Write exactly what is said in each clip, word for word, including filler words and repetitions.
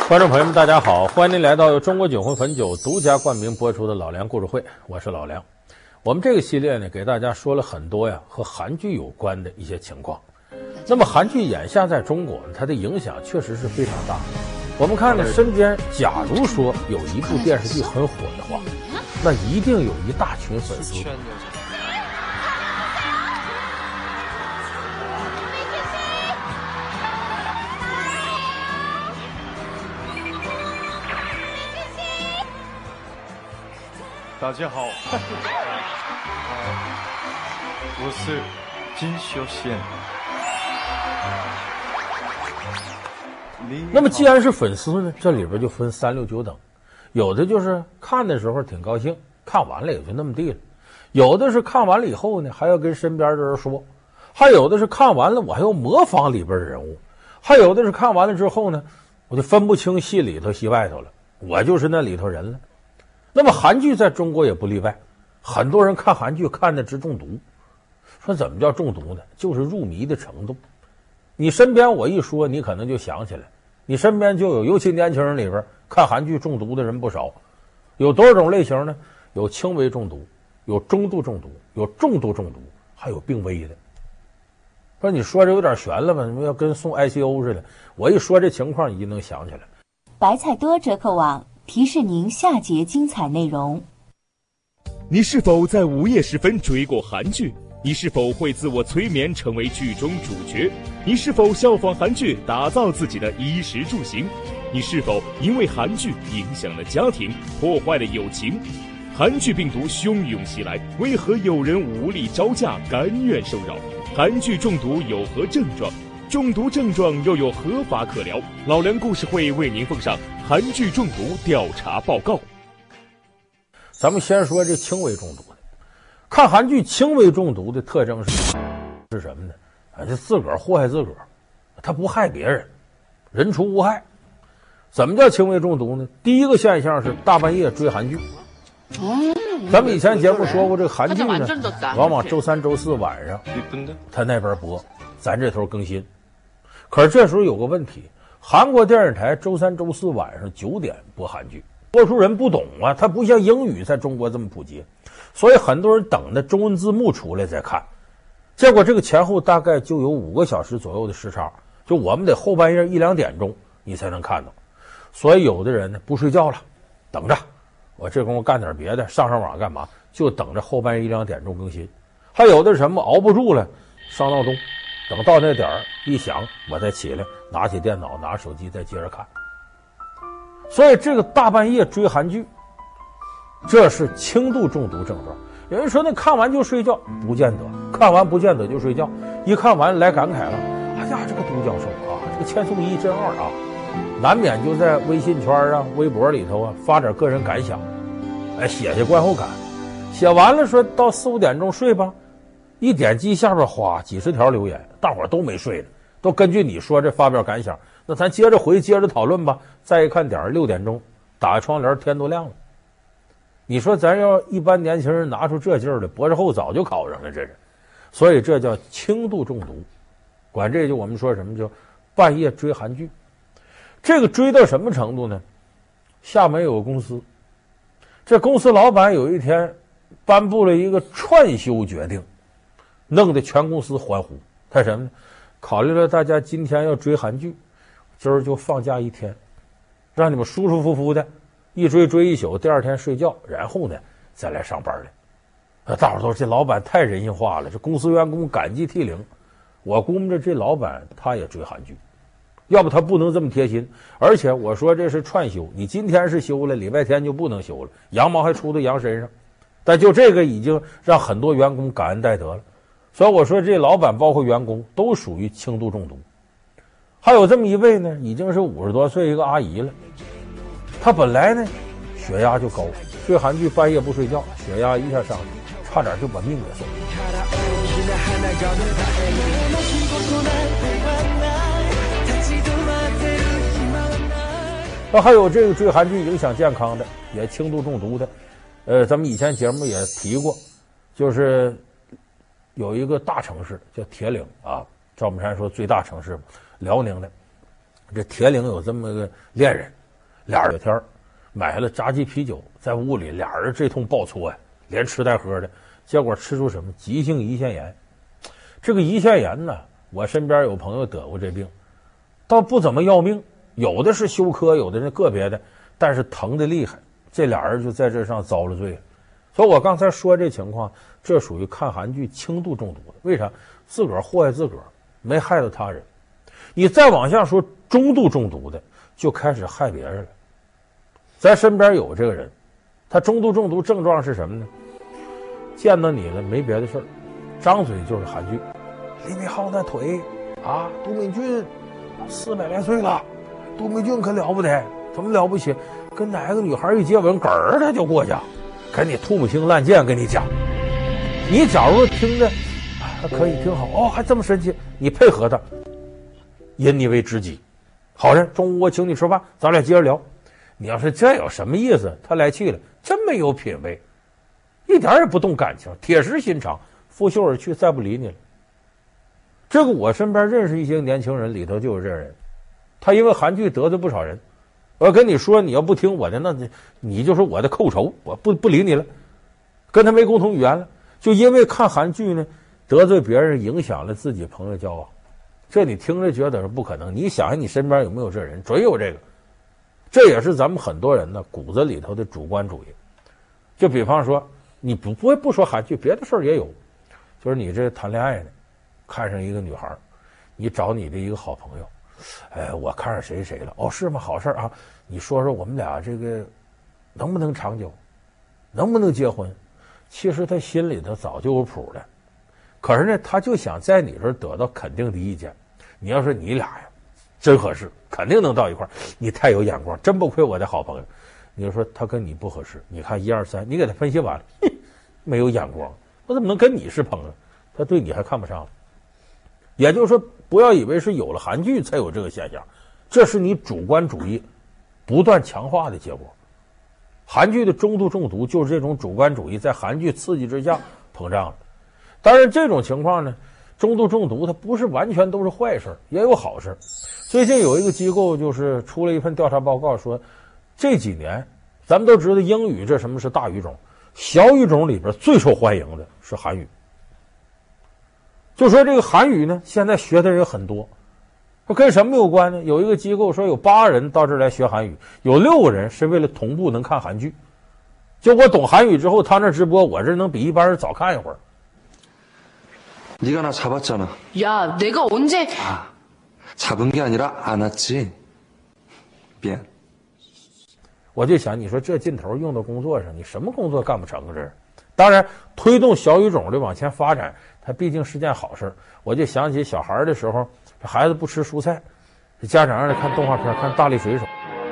观众朋友们大家好，欢迎您来到由中国酒魂汾酒独家冠名播出的老梁故事会，我是老梁。我们这个系列呢，给大家说了很多呀和韩剧有关的一些情况。那么韩剧眼下在中国它的影响确实是非常大。我们看呢，身边假如说有一部电视剧很火的话，那一定有一大群粉丝。 大家好，我是金秀贤。 那么既然是粉丝呢，这里边就分三六九等，有的就是看的时候挺高兴，看完了也就那么地了；有的是看完了以后呢，还要跟身边的人说；还有的是看完了我还要模仿里边的人物；还有的是看完了之后呢，我就分不清戏里头戏外头了，我就是那里头人了。那么韩剧在中国也不例外，很多人看韩剧看的直中毒。说怎么叫中毒呢？就是入迷的程度。你身边我一说，你可能就想起来，你身边就有，尤其年轻人里边看韩剧中毒的人不少。有多少种类型呢？有轻微中毒，有中度中毒，有重度中毒，还有病危的。不是你说这有点悬了吧？怎么要跟送 I C U 似的？我一说这情况，你就能想起来。 白菜多折扣网提示您下节精彩内容。 你是否在午夜时分追过韩剧？你是否会自我催眠成为剧中主角？你是否效仿韩剧打造自己的衣食住行？你是否因为韩剧影响了家庭，破坏了友情？韩剧病毒汹涌袭来，为何有人无力招架，甘愿受扰？韩剧中毒有何症状？中毒症状又有何法可疗？老梁故事会为您奉上韩剧中毒调查报告。 咱们先说这轻微中毒的。看韩剧轻微中毒的特征是是什么呢？啊，就自个儿祸害自个儿，他不害别人，人畜无害。怎么叫轻微中毒呢？第一个现象是大半夜追韩剧。咱们以前节目说过，这个韩剧呢，往往周三周四晚上他那边播，咱这头更新。可是这时候有个问题，韩国电视台周三周四晚上九点播韩剧，多数人不懂啊，它不像英语在中国这么普及，所以很多人等着中文字幕出来再看，结果这个前后大概就有五个小时左右的时差，就我们得后半夜一两点钟你才能看到，所以有的人呢不睡觉了，等着我这功夫干点别的，上上网干嘛，就等着后半夜一两点钟更新。还有的什么熬不住了，上闹钟，等到那点儿一响我再起来，拿起电脑拿手机再接着看。所以这个大半夜追韩剧，这是轻度中毒症状。有人说那看完就睡觉，不见得，看完不见得就睡觉，一看完来感慨了，哎呀这个都教授啊，这个千颂伊真二啊，难免就在微信圈啊微博里头啊发点个人感想，哎写写观后感，写完了说到四五点钟睡吧，一点击下边哗几十条留言，大伙儿都没睡呢，都根据你说这发表感想，那咱接着回接着讨论吧。再一看点六点钟，打开窗帘天都亮了。你说咱要一般年轻人拿出这劲儿来，博士后早就考上了，这是。所以这叫轻度中毒，管这就我们说什么叫半夜追韩剧。这个追到什么程度呢？厦门有个公司，这公司老板有一天颁布了一个串休决定，弄得全公司欢呼。干什么呢？考虑了大家今天要追韩剧，今儿就放假一天，让你们舒舒服服的一追追一宿，第二天睡觉，然后呢再来上班来。那大伙儿都说这老板太人性化了，这公司员工感激涕零。我估摸着这老板他也追韩剧，要不他不能这么贴心。而且我说这是串休，你今天是休了，礼拜天就不能休了，羊毛还出在羊身上。但就这个已经让很多员工感恩戴德了。所以我说这老板包括员工都属于轻度中毒。还有这么一位呢，已经是五十多岁一个阿姨了，她本来呢血压就高，追韩剧半夜不睡觉，血压一下上去，差点就把命给送了。那还有这个追韩剧影响健康的，也轻度中毒的，呃，咱们以前节目也提过，就是有一个大城市叫铁岭啊，赵本山说最大城市，辽宁的，这铁岭有这么个恋人俩人有天买了炸鸡啤酒，在屋里俩人这通暴搓呀，连吃带喝的，结果吃出什么急性胰腺炎。这个胰腺炎呢，我身边有朋友得过这病，倒不怎么要命，有的是休克，有的是个别的，但是疼得厉害。这俩人就在这上遭了罪了。所以我刚才说这情况，这属于看韩剧轻度中毒的。为啥？自个儿祸害自个儿，没害到他人。你再往下说中度中毒的，就开始害别人了。咱身边有这个人，他中度中毒症状是什么呢？见到你了没别的事儿，张嘴就是韩剧。李敏镐那腿啊，都敏俊四百来岁了，都敏俊可了不得，怎么了不起？跟哪个女孩一接吻，嗝儿他就过去，跟你吐不清烂剑跟你讲。你假如听着还可以挺好哦，还这么神奇，你配合他，引你为知己。好的，中午我请你吃饭，咱俩接着聊。你要是这有什么意思？他来气了，真没有品位，一点也不动感情，铁石心肠，拂袖而去，再不理你了。这个我身边认识一些年轻人，里头就有这人，他因为韩剧得罪不少人。我要跟你说，你要不听我的，那你就是我的寇仇，我不不理你了，跟他没共同语言了。就因为看韩剧呢，得罪别人，影响了自己朋友交往。这你听着觉得是不可能，你想想你身边有没有这人？准有这个。这也是咱们很多人呢骨子里头的主观主义。就比方说，你不不会不说韩剧，别的事儿也有，就是你这谈恋爱呢，看上一个女孩，你找你的一个好朋友，哎，我看上谁谁了？哦，是吗？好事啊！你说说我们俩这个能不能长久，能不能结婚？其实他心里头早就有谱了，可是呢，他就想在你这儿得到肯定的意见。你要说你俩呀，真合适，肯定能到一块儿，你太有眼光，真不愧我的好朋友。你就说他跟你不合适，你看一二三，你给他分析完了，没有眼光，我怎么能跟你是朋友？他对你还看不上了。也就是说，不要以为是有了韩剧才有这个现象，这是你主观主义不断强化的结果。韩剧的中度中毒就是这种主观主义在韩剧刺激之下膨胀了。当然这种情况呢，中度中毒它不是完全都是坏事，也有好事。最近有一个机构就是出了一份调查报告，说这几年咱们都知道英语这什么是大语种，小语种里边最受欢迎的是韩语。就说这个韩语呢，现在学的人很多，跟什么有关呢？有一个机构说有八个人到这儿来学韩语，有六个人是为了同步能看韩剧。就我懂韩语之后，他那直播，我这能比一般人早看一会儿。 네가 나 잡았잖아. 야, 내가 언제... 아, 잡은 게 아니라 안았지. 미안. 我就想，你说这劲头用到工作上，你什么工作干不成啊？这当然，推动小语种的往前发展，它毕竟是件好事。我就想起小孩的时候，这孩子不吃蔬菜，这家长让他看动画片，看大力水手。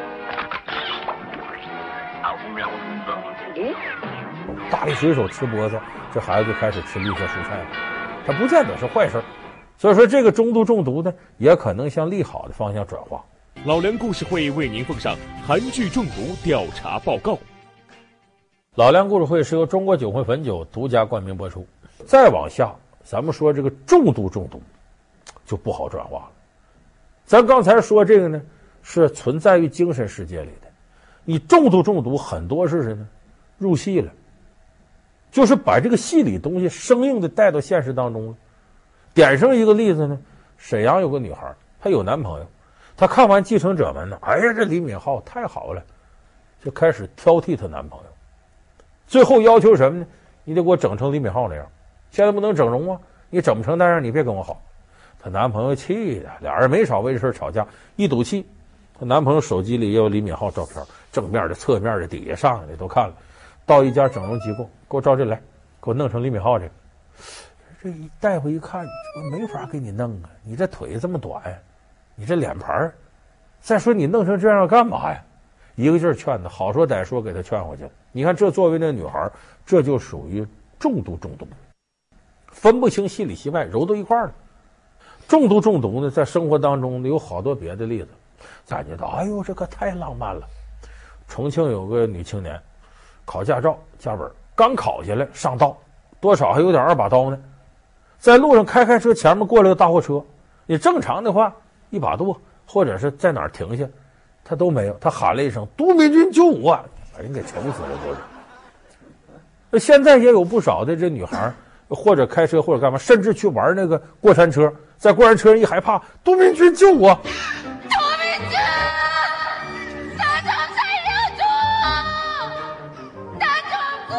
大力水手吃脖子，这孩子就开始吃绿色蔬菜了。它不见得是坏事，所以说这个中度中毒呢，也可能向利好的方向转化。 老梁故事会为您奉上韩剧中毒调查报告。 老梁故事会是由中国酒会汾酒独家冠名播出。再往下，咱们说这个重度中毒就不好转化了。咱刚才说这个呢，是存在于精神世界里的。你重度中毒很多是什么呢？入戏了。就是把这个戏里东西生硬的带到现实当中了。点上一个例子呢，沈阳有个女孩，她有男朋友，她看完《继承者们》呢，哎呀，这李敏镐太好了，就开始挑剔她男朋友。最后要求什么呢？你得给我整成李敏镐那样，现在不能整容啊，你整不成那样，你别跟我好。她男朋友气的，俩人没少为这事吵架，一赌气，她男朋友手机里也有李敏镐照片，正面的、侧面的、底下、上的都看了。到一家整容机构，给我照这来，给我弄成李敏镐这个。这一大夫一看，我没法给你弄啊，你这腿这么短呀，你这脸盘，再说你弄成这样干嘛呀？一个劲儿劝他，好说歹说给他劝回去了。你看这作为那女孩，这就属于重度中毒，分不清戏里戏外，揉到一块儿了。重度中毒呢，在生活当中呢有好多别的例子，感觉到哎呦这可太浪漫了。重庆有个女青年。考驾照驾本刚考下来上道，多少还有点二把刀呢。在路上开开车，前面过来个大货车，你正常的话一把舵或者是在哪儿停下， 他都没有，他喊了一声“都敏俊救我”，把人给愁死了都是。那现在也有不少的这女孩，或者开车或者干嘛，甚至去玩那个过山车，在过山车上一害怕，都敏俊救我。都敏俊， 나 좀 살려줘! 나 좀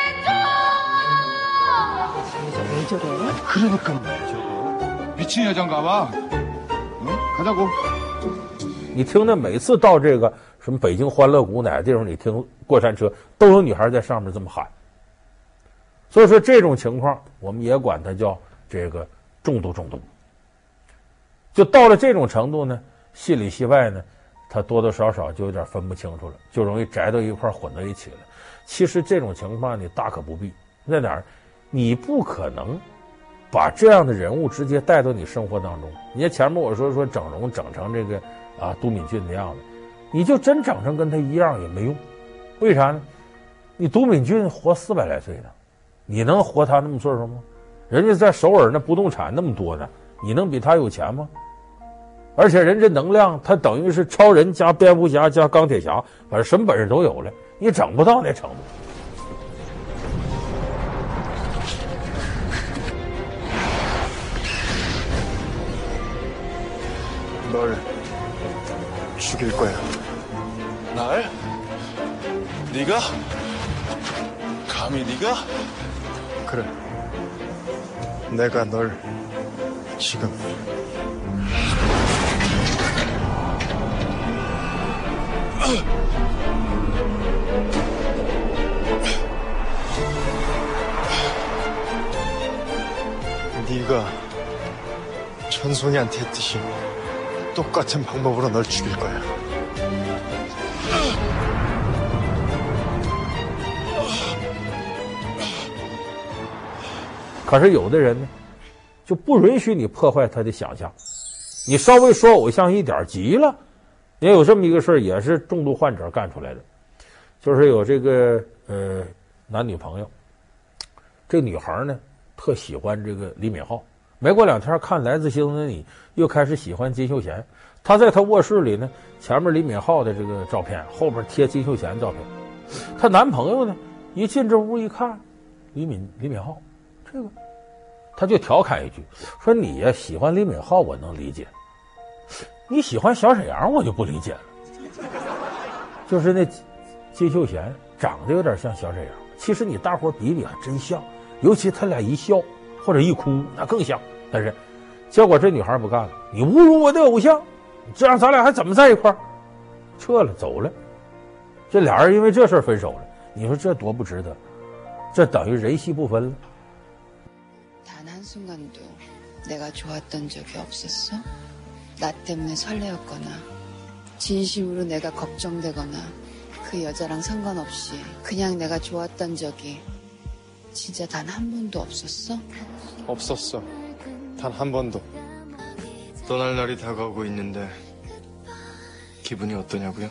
구해줘! 왜 저래? 그러니까 말이죠. 미친 여잔가 봐. 응? 가자고. 你听那每次到这个什么北京欢乐谷哪个地方，你听过山车都有女孩在上面这么喊。所以说这种情况我们也管它叫这个重度中毒。就到了这种程度呢，戏里戏外呢，他多多少少就有点分不清楚了，就容易摘到一块混到一起了。其实这种情况你大可不必，在哪儿你不可能把这样的人物直接带到你生活当中。你看前面我说说整容整成这个啊都敏俊的样子，你就真整成跟他一样也没用。为啥呢？你都敏俊活四百来岁呢，你能活他那么岁数吗？人家在首尔那不动产那么多呢，你能比他有钱吗？而且人这能量，他等于是超人加蝙蝠侠加钢铁侠，反正什么本事都有了，你整不到那程度。 널 죽일 거야. 날? 네가? 감히 네가? 그래. 내가 널 지금 네가 천송이한테 했듯이 똑같은 방법으로 널 죽일 거야. 可是有的人呢，就不允许你破坏他的想象。你稍微说偶像一点，急了。也有这么一个事儿，也是重度患者干出来的，就是有这个呃男女朋友，这女孩呢特喜欢这个李敏镐。 没过两天，看《来自星星的你》，又开始喜欢金秀贤。她在她卧室里呢，前面李敏镐的这个照片，后边贴金秀贤的照片。她男朋友呢，一进这屋一看，李敏李敏镐，这个，他就调侃一句，说你呀喜欢李敏镐我能理解，你喜欢小沈阳我就不理解了。就是那金秀贤长得有点像小沈阳，其实你大伙比比还真像，尤其他俩一笑。 或者一哭，那更像。但是，结果这女孩不干了，你侮辱我的偶像，这样咱俩还怎么在一块儿？撤了，走了。这俩人因为这事儿分手了。你说这多不值得？这等于人戏不分了。 단 한순간도 내가 좋았던 적이 없었어? 나 때문에 설레었거나 진심으로 내가 걱정되거나 그 여자랑 상관없이 그냥 내가 좋았던 적이 진짜 단 한 번도 없었어? 없었어. 단 한 번도. 떠날 날이 다가오고 있는데 기분이 어떠냐고요?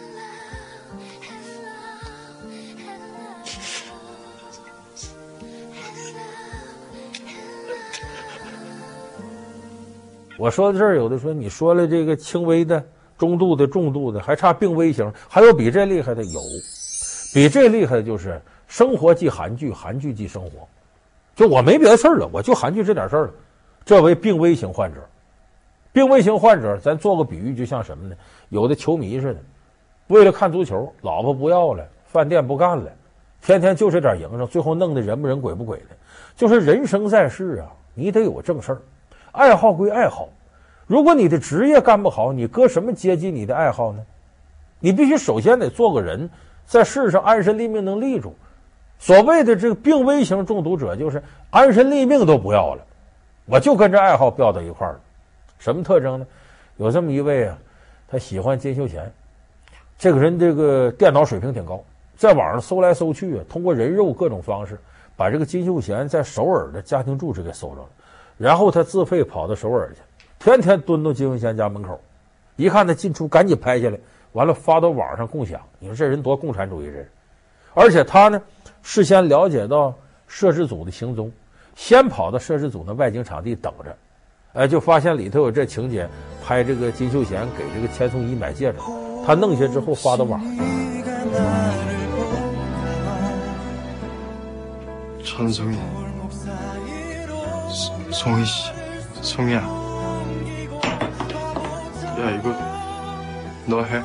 "我说到这儿，有的说你说了这个轻微的、中度的、重度的，还差病危型，还有比这厉害的有，比这厉害的就是生活即韩剧，韩剧即生活。就我没别的事儿了，我就韩剧这点事儿了。这为病危型患者。病危型患者，咱做个比喻，就像什么呢？有的球迷似的，为了看足球，老婆不要了，饭店不干了，天天就这点营生，最后弄得人不人鬼不鬼的。就是人生在世啊，你得有正事儿。爱好归爱好，如果你的职业干不好，你搁什么接济你的爱好呢？你必须首先得做个人，在世上安身立命能立住。所谓的这个病危型中毒者，就是安身立命都不要了，我就跟这爱好飙到一块儿了。什么特征呢？有这么一位啊，他喜欢金秀贤，这个人这个电脑水平挺高，在网上搜来搜去啊，通过人肉各种方式，把这个金秀贤在首尔的家庭住址给搜着了。然后他自费跑到首尔去，天天蹲到金秀贤家门口，一看他进出，赶紧拍下来，完了发到网上共享。你说这人多共产主义人！而且他呢，事先了解到摄制组的行踪，先跑到摄制组的外景场地等着，哎，就发现里头有这情节，拍这个金秀贤给这个千颂伊买戒指， 他弄下之后发到网上。 천성이 성희 씨, 성희야. 야 이거 너 해?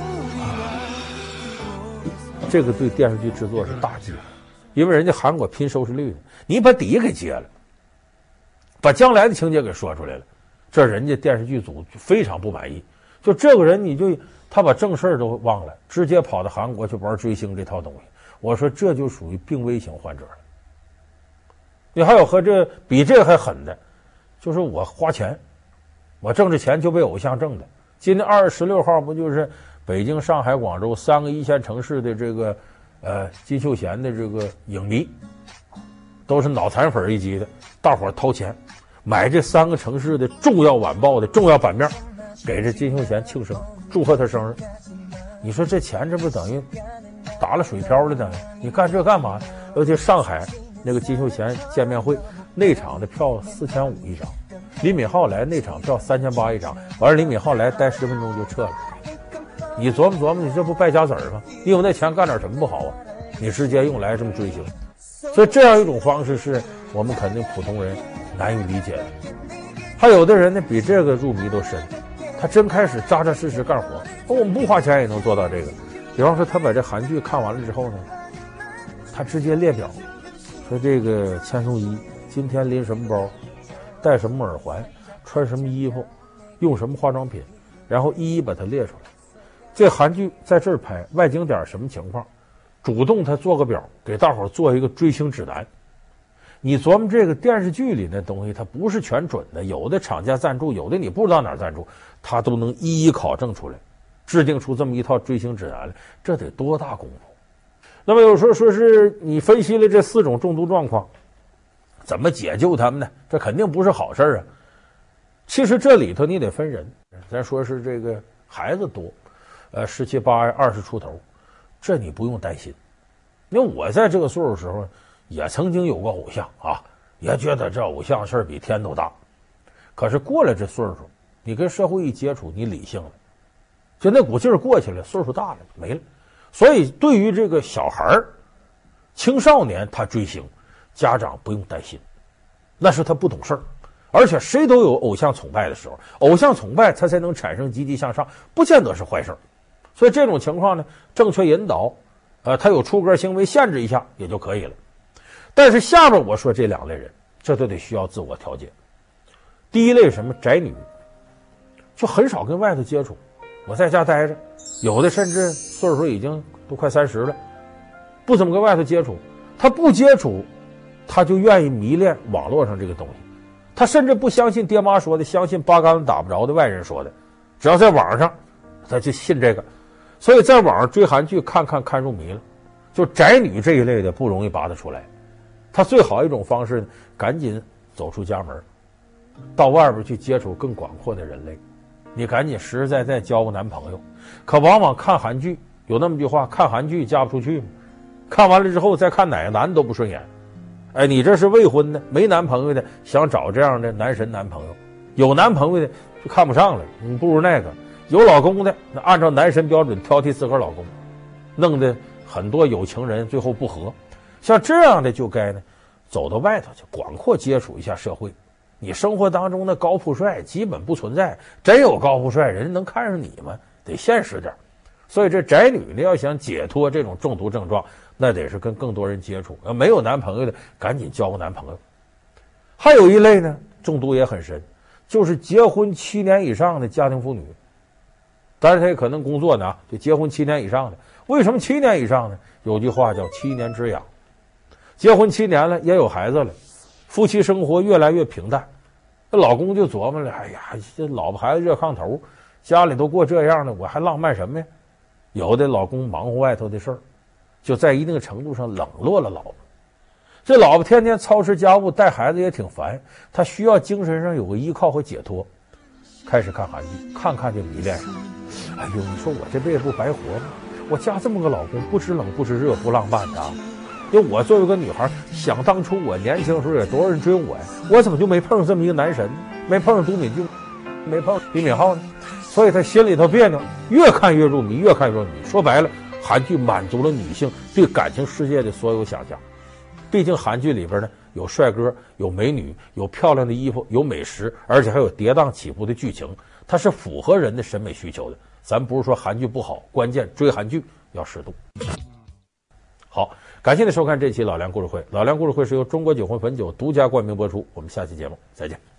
这个对电视剧制作是大忌，因为人家韩国拼收视率呢，你把底给揭了，把将来的情节给说出来了，这人家电视剧组非常不满意。就这个人，你就他把正事儿都忘了，直接跑到韩国去玩追星这套东西。我说这就属于病危型患者了。 你还有和这比这还狠的，就是我花钱，我挣这钱就被偶像挣的。今天二月十六号不就是北京、上海、广州三个一线城市的这个呃金秀贤的这个影迷，都是脑残粉一级的，大伙儿掏钱买这三个城市的重要晚报的重要版面，给这金秀贤庆生，祝贺他生日。你说这钱这不等于打了水漂了等于？你干这干嘛？尤其上海。 那个金秀贤见面会那场的票四千五一张，李敏镐来那场票三千八一张，完了李敏镐来待十分钟就撤了。你琢磨琢磨，你这不败家子儿吗？你有那钱干点什么不好啊？你直接用来这么追星，所以这样一种方式是我们肯定普通人难以理解的。还有的人呢，比这个入迷都深，他真开始扎扎实实干活，我们不花钱也能做到这个。比方说，他把这韩剧看完了之后呢，他直接列表。 说这个千颂伊今天拎什么包，戴什么耳环，穿什么衣服，用什么化妆品，然后一一把它列出来。这韩剧在这儿拍，外景点什么情况，主动他做个表，给大伙儿做一个追星指南。你琢磨这个电视剧里那东西，它不是全准的，有的厂家赞助，有的你不知道哪儿赞助，他都能一一考证出来，制定出这么一套追星指南来，这得多大功夫？ 那么有时候说是你分析了这四种中毒状况，怎么解救他们呢？这肯定不是好事啊。其实这里头你得分人，咱说是这个孩子多，呃，十七八二十出头，这你不用担心。因为我在这个岁数时候也曾经有过偶像啊，也觉得这偶像事儿比天都大。可是过了这岁数，你跟社会一接触，你理性了，就那股劲儿过去了，岁数大了没了。 所以，对于这个小孩儿、青少年，他追星，家长不用担心，那是他不懂事儿。而且，谁都有偶像崇拜的时候，偶像崇拜他才能产生积极向上，不见得是坏事儿。所以，这种情况呢，正确引导，呃，他有出格行为限制一下也就可以了。但是下边我说这两类人，这都得需要自我调节。第一类什么宅女，就很少跟外头接触。 我在家待着，有的甚至岁数已经都快三十了，不怎么跟外头接触。他不接触，他就愿意迷恋网络上这个东西。他甚至不相信爹妈说的，相信八竿子打不着的外人说的。只要在网上，他就信这个。所以在网上追韩剧，看看看入迷了。就宅女这一类的不容易拔得出来。他最好一种方式呢，赶紧走出家门，到外边去接触更广阔的人类。 你赶紧实实在在交个男朋友，可往往看韩剧有那么句话：看韩剧嫁不出去嘛。看完了之后再看哪个男的都不顺眼。哎，你这是未婚的，没男朋友的，想找这样的男神男朋友；有男朋友的就看不上了，你不如那个；有老公的，那按照男神标准挑剔自个儿老公，弄得很多有情人最后不和。像这样的就该呢，走到外头去，广阔接触一下社会。 你生活当中的高富帅基本不存在，真有高富帅，人家能看上你吗？得现实点。所以这宅女呢，要想解脱这种中毒症状，那得是跟更多人接触。要没有男朋友的，赶紧交个男朋友。还有一类呢，中毒也很深，就是结婚七年以上的家庭妇女。当然，她也可能工作呢，就结婚七年以上的。为什么七年以上呢？有句话叫“七年之痒”，结婚七年了，也有孩子了。 夫妻生活越来越平淡，那老公就琢磨了：哎呀，这老婆孩子热炕头，家里都过这样的，我还浪漫什么呀？有的老公忙活外头的事儿，就在一定程度上冷落了老婆。这老婆天天操持家务，带孩子也挺烦，她需要精神上有个依靠和解脱。开始看韩剧，看看就迷恋上。哎呦，你说我这辈子不白活吗？我嫁这么个老公，不知冷不知热，不浪漫的啊。 因为我作为一个女孩，想当初我年轻时候也多少人追我呀，我怎么就没碰上这么一个男神？没碰上都敏俊，没碰上李敏镐呢？ 所以他心里头别扭，越看越入迷，越看越入迷。说白了，韩剧满足了女性对感情世界的所有想象。毕竟韩剧里边呢有帅哥，有美女，有漂亮的衣服，有美食，而且还有跌宕起伏的剧情，它是符合人的审美需求的。咱不是说韩剧不好，关键追韩剧要适度。好，感谢您收看这期老梁故事会。老梁故事会是由中国酒魂汾酒独家冠名播出，我们下期节目再见。